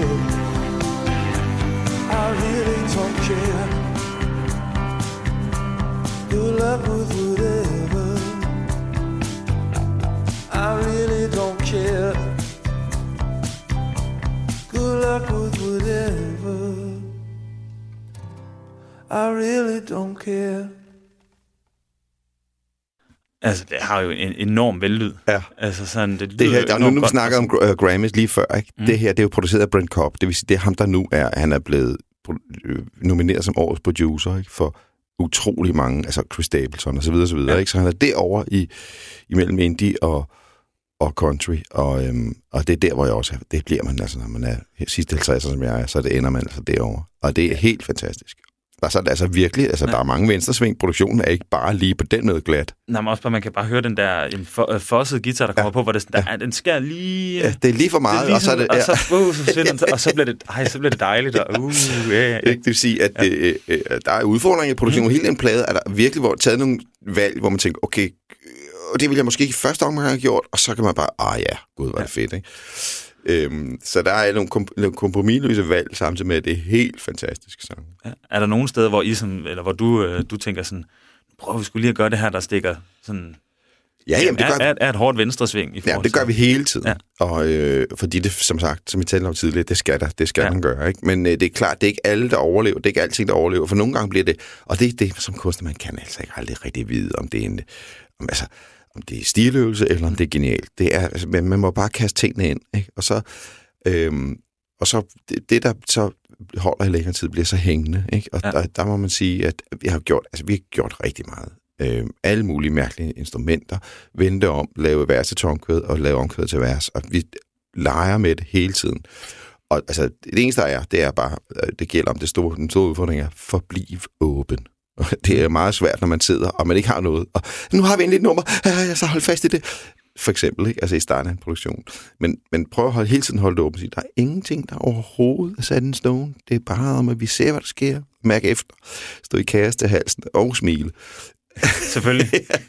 I really don't care. Good luck with whatever, I really don't care. Good luck with whatever, I really don't care. Altså, det har jo en enorm vellyd. Ja. Altså, sådan, det, det her, der, nu, nu godt, snakker om uh, Grammys lige før, ikke? Mm. Det her, det er jo produceret af Brent Cobb. Det vil sige, det er ham, der nu er, han er blevet nomineret som årets producer, ikke? For utrolig mange, altså Chris Stapleton og så videre, så videre, ja. Ikke? Så han er derovre i, imellem indie og, og country, og, øhm, og det er der, hvor jeg også er. Det bliver man, altså, når man er sidste halvtredser, som jeg er, så det ender man altså derovre. Og det er helt fantastisk. Der er så altså virkelig, altså ja. Der er mange venstresving. Produktionen er ikke bare lige på den måde glat. Nej, men også bare, man kan bare høre den der en for, fossede guitar, der kommer ja. På, hvor det sådan, der, ja. Den skærer lige... Ja, det er lige for meget, lige og så er det... Ja. Og, så, uh, så, ja. så, og så bliver det, ej, så bliver det dejligt, og uh, ja, ja. Det vil sige, at ja. det, øh, der er udfordringer i produktionen. Mm. Hele den plade er der virkelig hvor, taget nogle valg, hvor man tænker, okay, og det ville jeg måske ikke i første omgang have gjort, og så kan man bare, ah ja, gud, var det fedt, ikke? Øhm, så der er nogle, kom- nogle kompromisløse valg, samtidig med, at det er helt fantastisk sang. Ja. Er der nogle steder, hvor I sådan, eller hvor du, øh, du tænker sådan, prøv vi skulle lige at gøre det her, der stikker sådan... Ja, jamen, det gør er, er, er et hårdt venstresving i forhold Ja, det gør vi hele tiden. Ja. Og, øh, fordi det, som sagt, som vi talte om tidligere, det skal der, det skal ja. man gøre, ikke? Men øh, det er klart, det er ikke alle, der overlever, det er ikke alting, der overlever, for nogle gange bliver det, og det er det, som kunstner, man kan altså ikke aldrig rigtig vide, om det er en, om, altså, om det er stiløvelse, eller om det er genialt. Det er, altså, man, man må bare kaste tingene ind, ikke? Og så, øhm, og så det, det, der så holder i længere tid, bliver så hængende, ikke? Og ja. der, der må man sige, at vi har gjort, altså vi har gjort rigtig meget. Øhm, alle mulige mærkelige instrumenter, vente om, lave vers til tomkvæd og lave omkvæd til vers, og vi leger med det hele tiden. Og altså, det eneste, der er, det er bare, det gælder om det store, den store udfordring er, forbliv åben. Det er meget svært, når man sidder, og man ikke har noget. Og nu har vi endelig et nummer, ja, så hold fast i det. For eksempel, ikke? Altså i starten af en produktion. Men, men prøv at holde, hele tiden holde det åbent og sige, der er ingenting, der overhovedet er sat en stone. Det er bare om, at vi ser, hvad der sker. Mærk efter. Stå i kaos til halsen og smile. Selvfølgelig.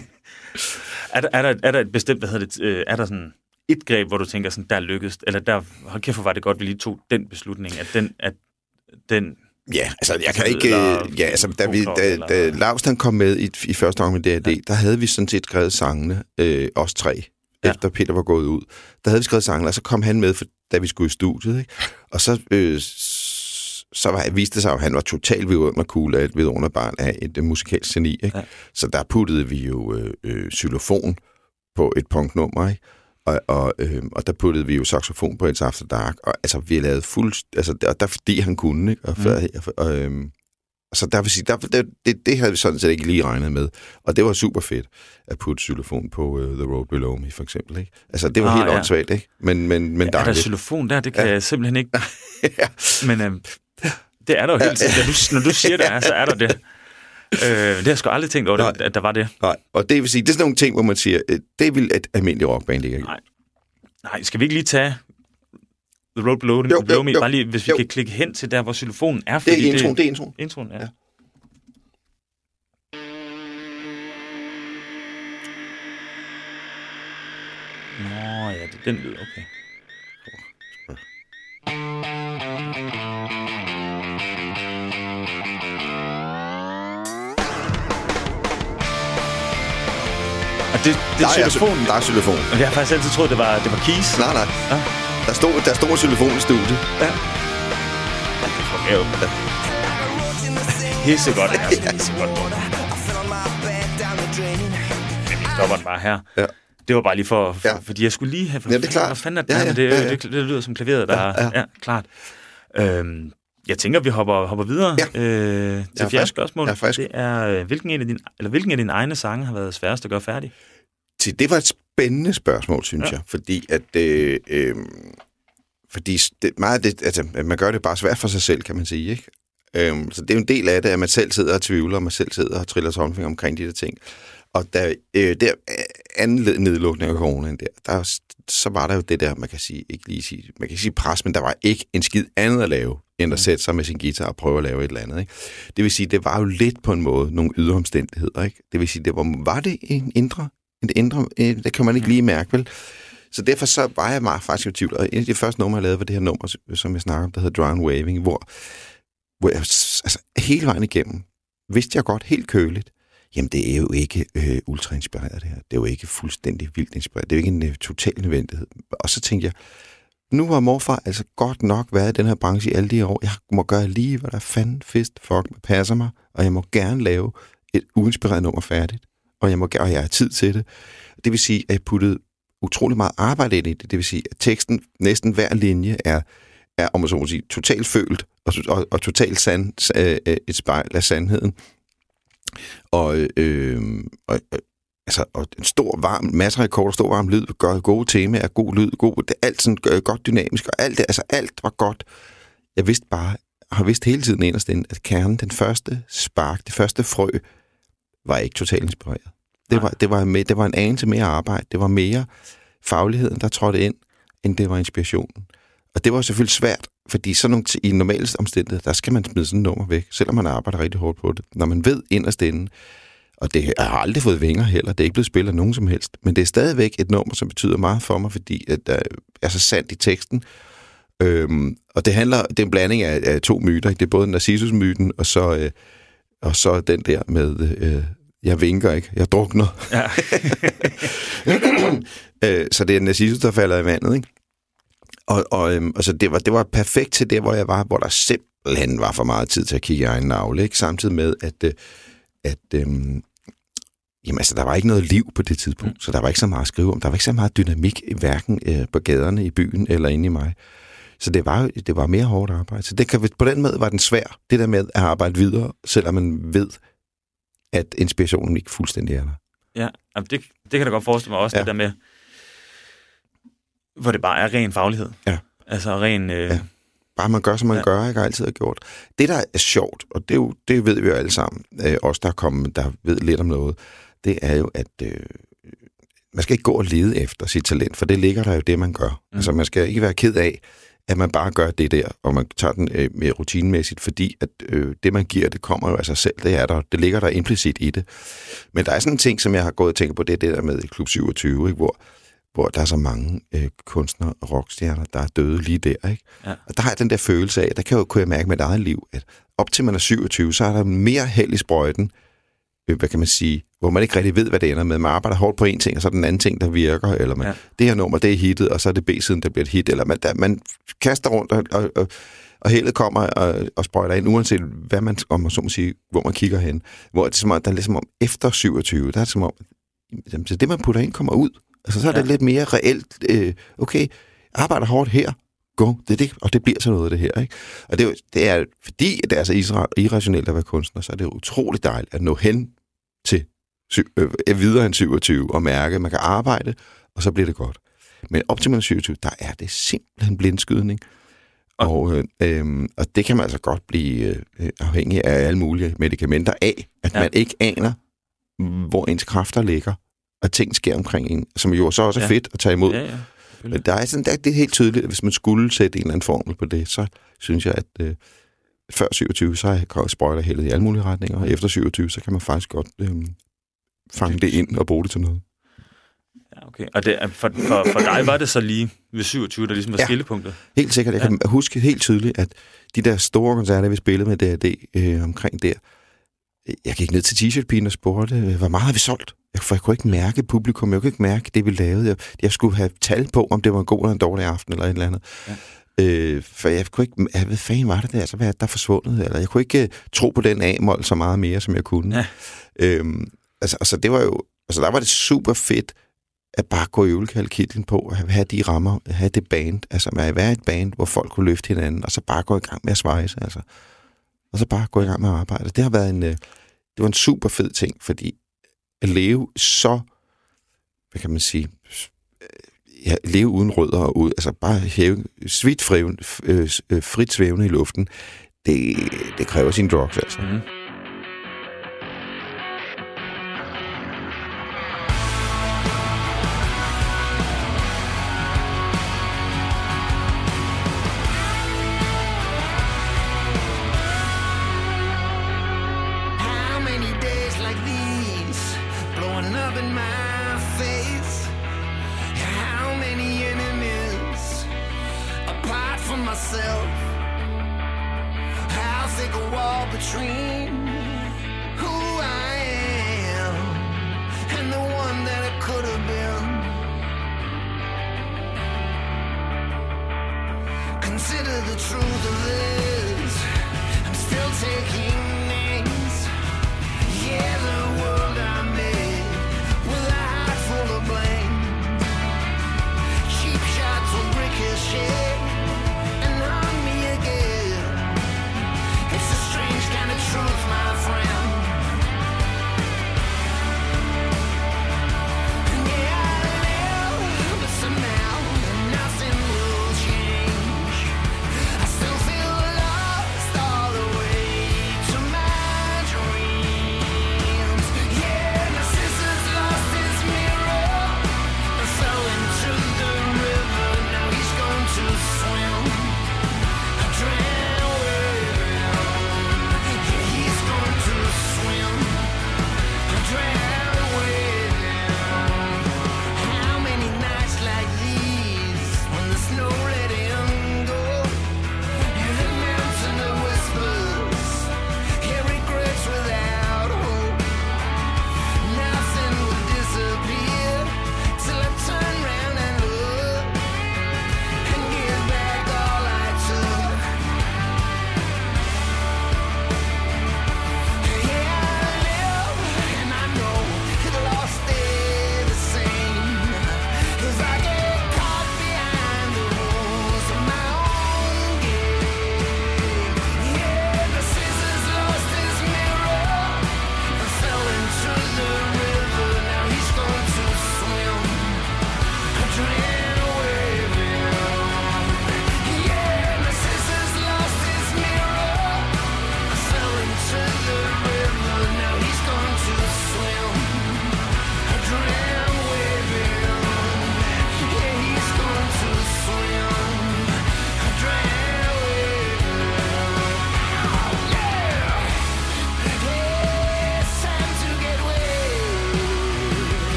er, der, er, der, er der et bestemt, hvad hedder det, øh, er der sådan et greb, hvor du tænker sådan, der lykkedes, eller der, hold kæft, hvor var det godt, vi lige tog den beslutning, at den, at den Ja, altså jeg kan ikke... Ja, altså da, vi, da, da Laust kom med i, i første gang med D R D, ja. Der havde vi sådan set skrevet sangene, øh, os tre, ja. Efter Peter var gået ud. Der havde vi skrevet sangene, og så kom han med, for, da vi skulle i studiet, ikke? Og så, øh, så var, viste det sig, at han var totalt vidundercool af et vidunderbarn af et uh, musikalsk geni, ikke? Ja. Så der puttede vi jo øh, øh, xylofon på et punknummer, ikke? Og, og, øh, og der puttede vi jo saxofon på It's After Dark, og altså, vi lavede fuld... Altså, der, der fordi han kunne, ikke? Og, mm. og, og, øh, så der vil sige, der, der, det, det havde vi sådan set ikke lige regnet med. Og det var super fedt at putte xylofon på uh, The Road Below Me, for eksempel, ikke? Altså, det var ah, helt ja. åndssvagt, ikke? Men, men, men ja, er der xylofon der? Det kan ja. jeg simpelthen ikke... ja. Men øh, det er der jo helt sikkert. Når, når du siger det er, så er der det. Øh, det har jeg sgu aldrig tænkt over, det, at der var det. Nej, og det vil sige, det er sådan nogle ting, hvor man siger, det vil et almindeligt rockband ikke. Nej. Nej, skal vi ikke lige tage The Road Below, jo, below jo, Me, jo, bare lige, hvis vi jo. kan klikke hen til der, hvor xylofonen er. Det er introen, det er introen. Introen, ja. ja. Nå ja, det, den lyder okay. Og det, det er xylofonen. Der er xylofonen. Og jeg har faktisk altid troet, det var, det var Keys. Nej, nej. Ja. Der stod, der stod xylofon i studiet. Ja. Ja, det får jeg jo. Ja. Hissegodt, det er hissegodt. Men vi stopper den bare her. Ja. Det var bare lige for, for ja. fordi jeg skulle lige have... For, ja, det er klart. Hvad fanden er det? Ja, ja, det, ja, ja. Det, det, det lyder som klaveret, der... Ja, ja. ja klart. Øhm, jeg tænker, vi hopper, hopper videre ja. øh, til fjerde spørgsmål. Er det er, hvilken, en af din, eller hvilken af dine egne sange har været sværest at gøre færdig? Det var et spændende spørgsmål, synes ja. jeg. Fordi at... Øh, øh, fordi det, meget det, altså, man gør det bare svært for sig selv, kan man sige, ikke? Øhm, så det er jo en del af det, at man selv sidder og tvivler, og man selv sidder og triller tommelfinger omkring de der ting. Og der, øh, der anden nedlukning af coronaen der, der, så var der jo det der, man kan sige, ikke lige sige, man kan sige pres, men der var ikke en skid andet at lave, end at sætte sig med sin guitar og prøve at lave et eller andet, ikke? Det vil sige, det var jo lidt på en måde nogle ydre omstændigheder, ikke? Det vil sige, det var, var det en indre, en indre, det kan man ikke lige mærke, vel? Så derfor så var jeg meget faktisk i tvivl, og en af de første numre, jeg lavede, var det her nummer, som jeg snakker om, der hedder Drown Waving, hvor, hvor jeg altså, hele vejen igennem vidste jeg godt helt køligt, jamen det er jo ikke øh, ultra inspireret det her. Det er jo ikke fuldstændig vildt inspireret. Det er jo ikke en uh, total nødvendighed. Og så tænkte jeg, nu har morfar altså godt nok været i den her branche i alle de år. Jeg må gøre lige, hvad der fanden fist fuck passer mig, og jeg må gerne lave et uinspireret nummer færdigt. og jeg, må, og jeg har tid til det. Det vil sige, at jeg puttede utrolig meget arbejde ind i det. Det vil sige, at teksten, næsten hver linje, er, er om man så må sige, totalt følt, og, og, og totalt sand, øh, et spejl af sandheden. Og, øh, og, altså, og en stor, varm, masser af rekorder, stor, varm lyd, gør gode temaer, god lyd, god, det er alt sådan øh, godt dynamisk, og alt det, altså alt var godt. Jeg vidste bare, har vidst hele tiden inderst inde, at kernen, den første spark, det første frø, var ikke totalt inspireret. Det var, det var, med, det var en anelse mere arbejde. Det var mere fagligheden, der trådte ind, end det var inspirationen. Og det var selvfølgelig svært, fordi sådan nogle, i normale omstændigheder, der skal man smide sådan en nummer væk, selvom man arbejder rigtig hårdt på det. Når man ved inderst inde, og det har aldrig fået vinger heller, det er ikke blevet spillet af nogen som helst, men det er stadigvæk et nummer, som betyder meget for mig, fordi at der er så sandt i teksten. Øhm, og det handler, det er en blanding af, af to myter. Ikke? Det er både Narcissus-myten, og så, øh, og så den der med, øh, jeg vinker ikke, jeg drukner. Ja. øh, så det er Narcissus, der falder i vandet, ikke? Og, og, øhm, og så det var, det var perfekt til det, hvor jeg var, hvor der simpelthen var for meget tid til at kigge i egen navle, ikke? Samtidig med, at, øh, at øhm, jamen, altså, der var ikke noget liv på det tidspunkt, mm. så der var ikke så meget at skrive om. Der var ikke så meget dynamik i hverken øh, på gaderne i byen eller inde i mig. Så det var, det var mere hårdt arbejde. Så det kan, på den måde var den svær, det der med at arbejde videre, selvom man ved, at inspirationen ikke fuldstændig er der. Ja, det, det kan jeg godt forestille mig også, ja. Det der med, hvor det bare er ren faglighed. Ja. Altså ren... Øh... Ja. Bare man gør, som man ja. gør, ikke? Og altid har gjort. Det, der er sjovt, og det, er jo, det ved vi jo alle sammen, øh, os der er kommet, der ved lidt om noget, det er jo, at øh, man skal ikke gå og lede efter sit talent, for det ligger der jo det, man gør. Mm. Altså, man skal ikke være ked af, at man bare gør det der, og man tager den øh, mere rutinemæssigt, fordi at øh, det, man giver, det kommer jo af sig selv, det er der, det ligger der implicit i det. Men der er sådan en ting, som jeg har gået og tænkt på, det er det der med Klub syvogtyve, ikke? Hvor, hvor der er så mange øh, kunstnere og rockstjerner, der er døde lige der, ikke? Ja. Og der har jeg den der følelse af, der kan jeg jo, kunne jeg mærke med mit eget liv, at op til man er syvogtyve, så er der mere held i sprøjten, øh, hvad kan man sige, hvor man ikke rigtig ved, hvad det ender med. Man arbejder hårdt på en ting, og så er den anden ting, der virker, eller man, ja. det her nummer, det er hittet, og så er det B-siden, der bliver et hit, eller man, der, man kaster rundt, og, og, og, og heldet kommer og, og sprøjter ind, uanset hvad man, om man så må sige, hvor man kigger hen. Hvor det er som om, der er ligesom om, efter syvogtyve, der er det som om, så det, man putter ind, kommer ud. Altså, så er det ja. lidt mere reelt, øh, okay, arbejder hårdt her, go, det er det, og det bliver så noget af det her, ikke? Og det er, det er fordi det er så irrationelt at være kunstner, så er det utroligt dejligt at nå hen til øh, videre end syvogtyve og mærke, at man kan arbejde, og så bliver det godt. Men op til man er syvogtyve, der er det simpelthen blindskydning. Og, øh, øh, og det kan man altså godt blive øh, afhængig af alle mulige medicamenter af, at ja. man ikke aner, hvor ens kræfter ligger, og ting sker omkring en, som jo så også er ja. fedt at tage imod. Ja, ja. Men der er sådan, der, det er helt tydeligt, at hvis man skulle sætte en eller anden formel på det, så synes jeg, at øh, før syvogtyve, så er sprøjter heldet i alle mulige retninger, og efter syvogtyve, så kan man faktisk godt øh, fange det ind og bruge det til noget. Ja, okay. Og det, for, for, for dig var det så lige ved syvogtyve, der ligesom var ja, skillepunktet? Helt sikkert. Jeg ja. kan huske helt tydeligt, at de der store koncerter, vi spillede med D R D øh, omkring der, jeg gik ned til T-shirt-pigen og spurgte, hvor meget har vi solgt? Jeg, for jeg kunne ikke mærke publikum, jeg kunne ikke mærke det, vi lavede. Jeg, jeg skulle have tal på, om det var en god eller en dårlig aften, eller et eller andet. Ja. Øh, for jeg kunne ikke, jeg, hvad fanden var det der? Altså, hvad er der forsvundet? Eller jeg kunne ikke uh, tro på den A-mol så meget mere, som jeg kunne. Ja. Øhm, altså, altså, det var jo, altså, der var det super fedt, at bare gå i øvelkalkitlen på, og have de rammer, have det band, altså at være et band, hvor folk kunne løfte hinanden, og så bare gå i gang med at svejse, altså. Og så bare gå i gang med at arbejde. Det har været en, det var en super fed ting, fordi at leve så, hvad kan man sige, ja, leve uden rødder og ud, altså bare hæve, svidt frit svævende i luften, det, det kræver sine drugs, altså. Mm. Between who I am and the one that I could have been. Consider the truth of this, I'm still taking names. Yeah, the world I made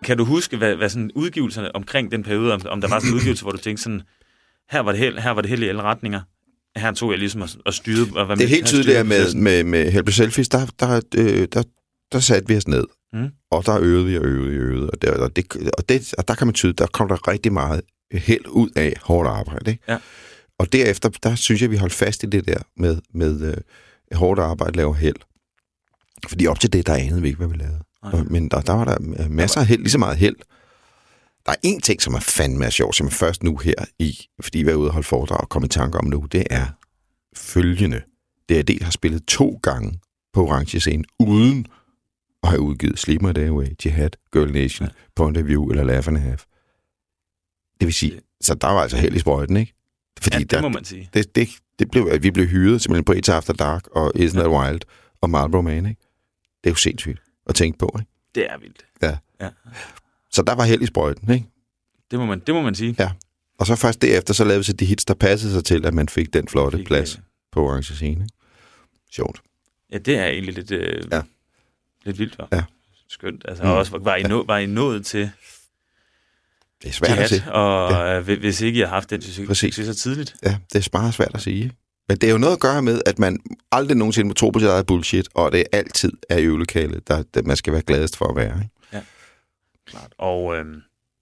kan du huske, hvad, hvad sådan udgivelserne omkring den periode, om, om der var sådan en udgivelse, hvor du tænkte sådan, her var det held, her var det held i alle retninger. Her tog jeg ligesom at, at styre. Og det er helt tydeligt, med, med, med Helpless Selfies, der, der, der, der, der satte vi os ned. Mm. Og der øvede vi og øvede og øvede. Og, der, og, det, og, det, og der kan man tyde, der kom der rigtig meget held ud af hårdt arbejde. Ikke? Ja. Og derefter, der synes jeg, vi holdt fast i det der med, med uh, hårdt arbejde laver held. Fordi op til det, der anede vi ikke, hvad vi lavede. Okay. Men der, der var der masser af held, lige så meget held. Der er en ting, som er fandme sjov, som er først nu her, i, fordi vi er ude og holde foredrag og komme i tanke om nu, det er følgende. D R D har spillet to gange på orange scene, uden at have udgivet Sleep My Day Away, Jihad, Girl Nation, ja. Point of View eller Laugh and a Half. Det vil sige, så der var altså held i sprøjten, ikke? Fordi ja, det der, må man sige. Det, det, det blev, at vi blev hyret simpelthen på It's After Dark og Isn't That ja. Wild og Marlboro Man, ikke? Det er jo sindssygt at tænke på, ikke? Det er vildt. Ja. ja. Så der var held i sprøjten, ikke? Det må man, det må man sige. Ja. Og så først derefter, så lavede vi så de hits, der passede sig til, at man fik den flotte fik, plads ja. på orange scene, ikke? Sjovt. Ja, det er egentlig lidt, øh, ja. lidt vildt, var. Ja. Skønt. Altså, mm. også var I, nå, var I nået til det er svært jihad, at sige. Og ja. hvis ikke I har haft den succes så tidligt. Ja, det er bare svært at sige. Men det er jo noget at gøre med, at man aldrig nogensinde må tro på sit eget bullshit, og det altid er øvelokalet, der, der man skal være gladest for at være. Ikke? Ja, klart. Og øhm,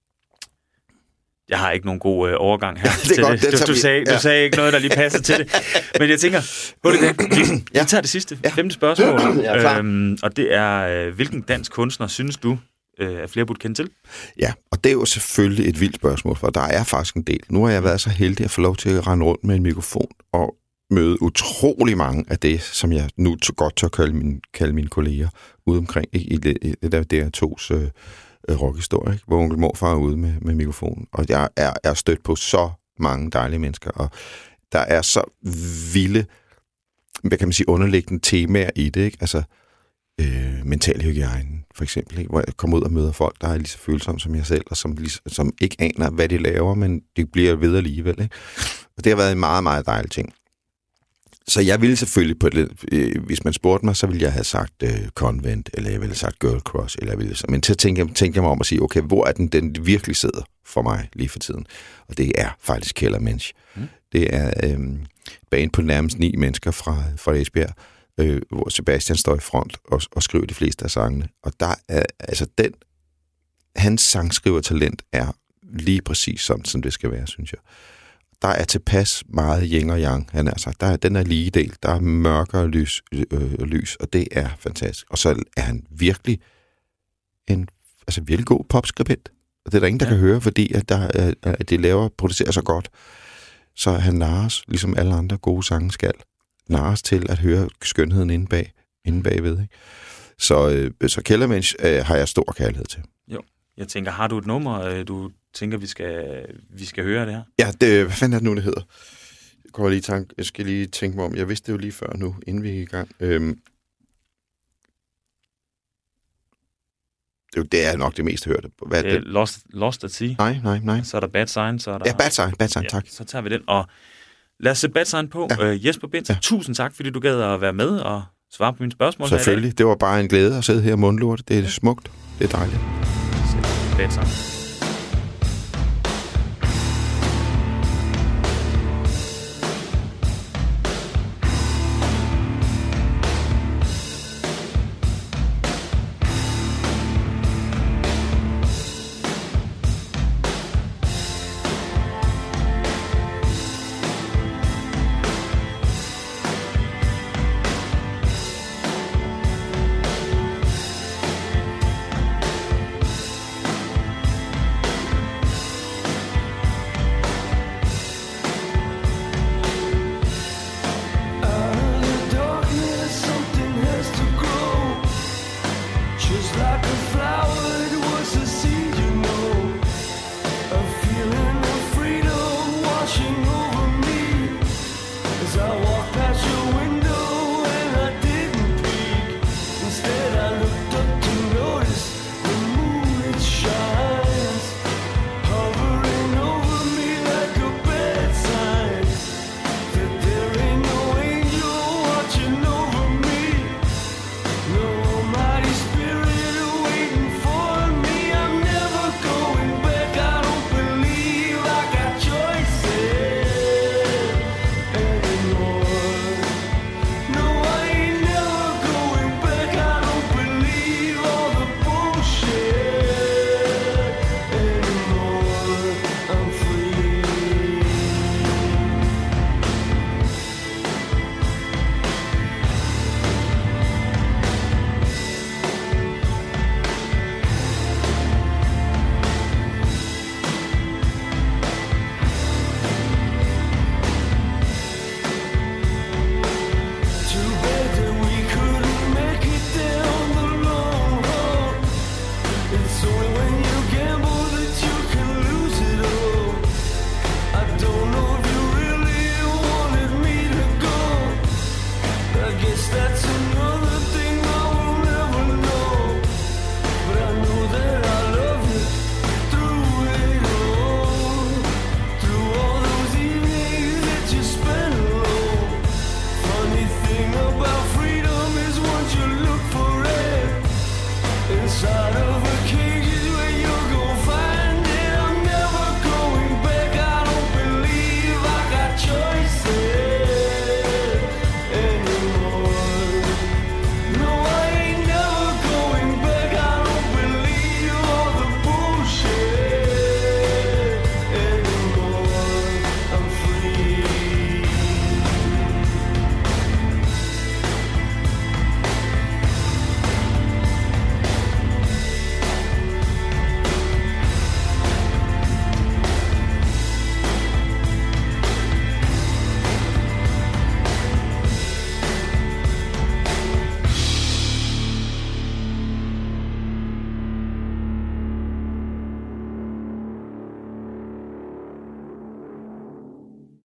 jeg har ikke nogen god øh, overgang her det er godt, det. Du, du, vi, sagde, ja. du sagde ikke noget, der lige passer til det. Men jeg tænker, hurtigt det. Vi, ja. vi tager det sidste, ja. femte spørgsmål. Ja, øhm, og det er, øh, hvilken dansk kunstner synes du, er flere burde kende til? Ja, og det er jo selvfølgelig et vildt spørgsmål, for der er faktisk en del. Nu har jeg været så heldig at få lov til at rende rundt med en mikrofon og møde utrolig mange af det, som jeg nu så godt tør kalde, min, kalde mine kolleger ude omkring i det, i det der D R to's øh, rockhistorie, hvor onkel morfar er ude med, med mikrofonen. Og jeg er, er stødt på så mange dejlige mennesker, og der er så vilde, hvad kan man sige, underliggende temaer i det, ikke? Altså, Øh, mental hygiejne, for eksempel, ikke? Hvor jeg kommer ud og møder folk, der er lige så følsomme som jeg selv, og som, som ikke aner, hvad de laver, men de bliver ved alligevel. Ikke? Og det har været en meget, meget dejlig ting. Så jeg ville selvfølgelig, på det, øh, hvis man spurgte mig, så ville jeg have sagt øh, Convent, eller jeg ville have sagt Girl Crush, eller jeg ville, men til at tænke, tænke jeg mig om at sige, okay, hvor er den, den virkelig sidder for mig lige for tiden? Og det er faktisk Kellermensch. Mm. Det er øh, band på nærmest ni mennesker fra, fra Esbjerg, Øh, hvor Sebastian står i front og, og skriver de fleste af sangene. Og der er, altså den, hans sangskrivertalent er lige præcis sådan, som det skal være, synes jeg. Der er tilpas meget yin og yang, han er sagt. Der er, den er lige del. Der er mørkere lys, øh, lys, og det er fantastisk. Og så er han virkelig en altså virkelig god popskribent. Og det er der ingen, der ja. kan høre, fordi at, der, at de laver producerer så godt. Så han narres, ligesom alle andre gode sange skal. Narres til at høre skønheden inde, bag, inde bagved. Ikke? Så, øh, så Kellermensch øh, har jeg stor kærlighed til. Jo, jeg tænker, har du et nummer, øh, du tænker, vi skal, vi skal høre det her? Ja, det, hvad fanden er det nu, det hedder? Jeg, kommer lige tanke, jeg skal lige tænke mig om, jeg vidste det jo lige før nu, inden vi er i gang. Øhm, det, det er nok det mest hørte. Hvad det er det? Lost, Lost at Sea? Nej, nej, nej. Så er der Bad Sign, så er der... Ja, Bad Sign, Bad Sign, ja, tak. Så tager vi den, og lad os sætte Bad Sign på. Ja. Øh, Jesper Binz, ja. Tusind tak, fordi du gad at være med og svare på mine spørgsmål. Selvfølgelig. Det var bare en glæde at sidde her mundlurt. Det er ja. smukt. Det er dejligt. Bad Sign.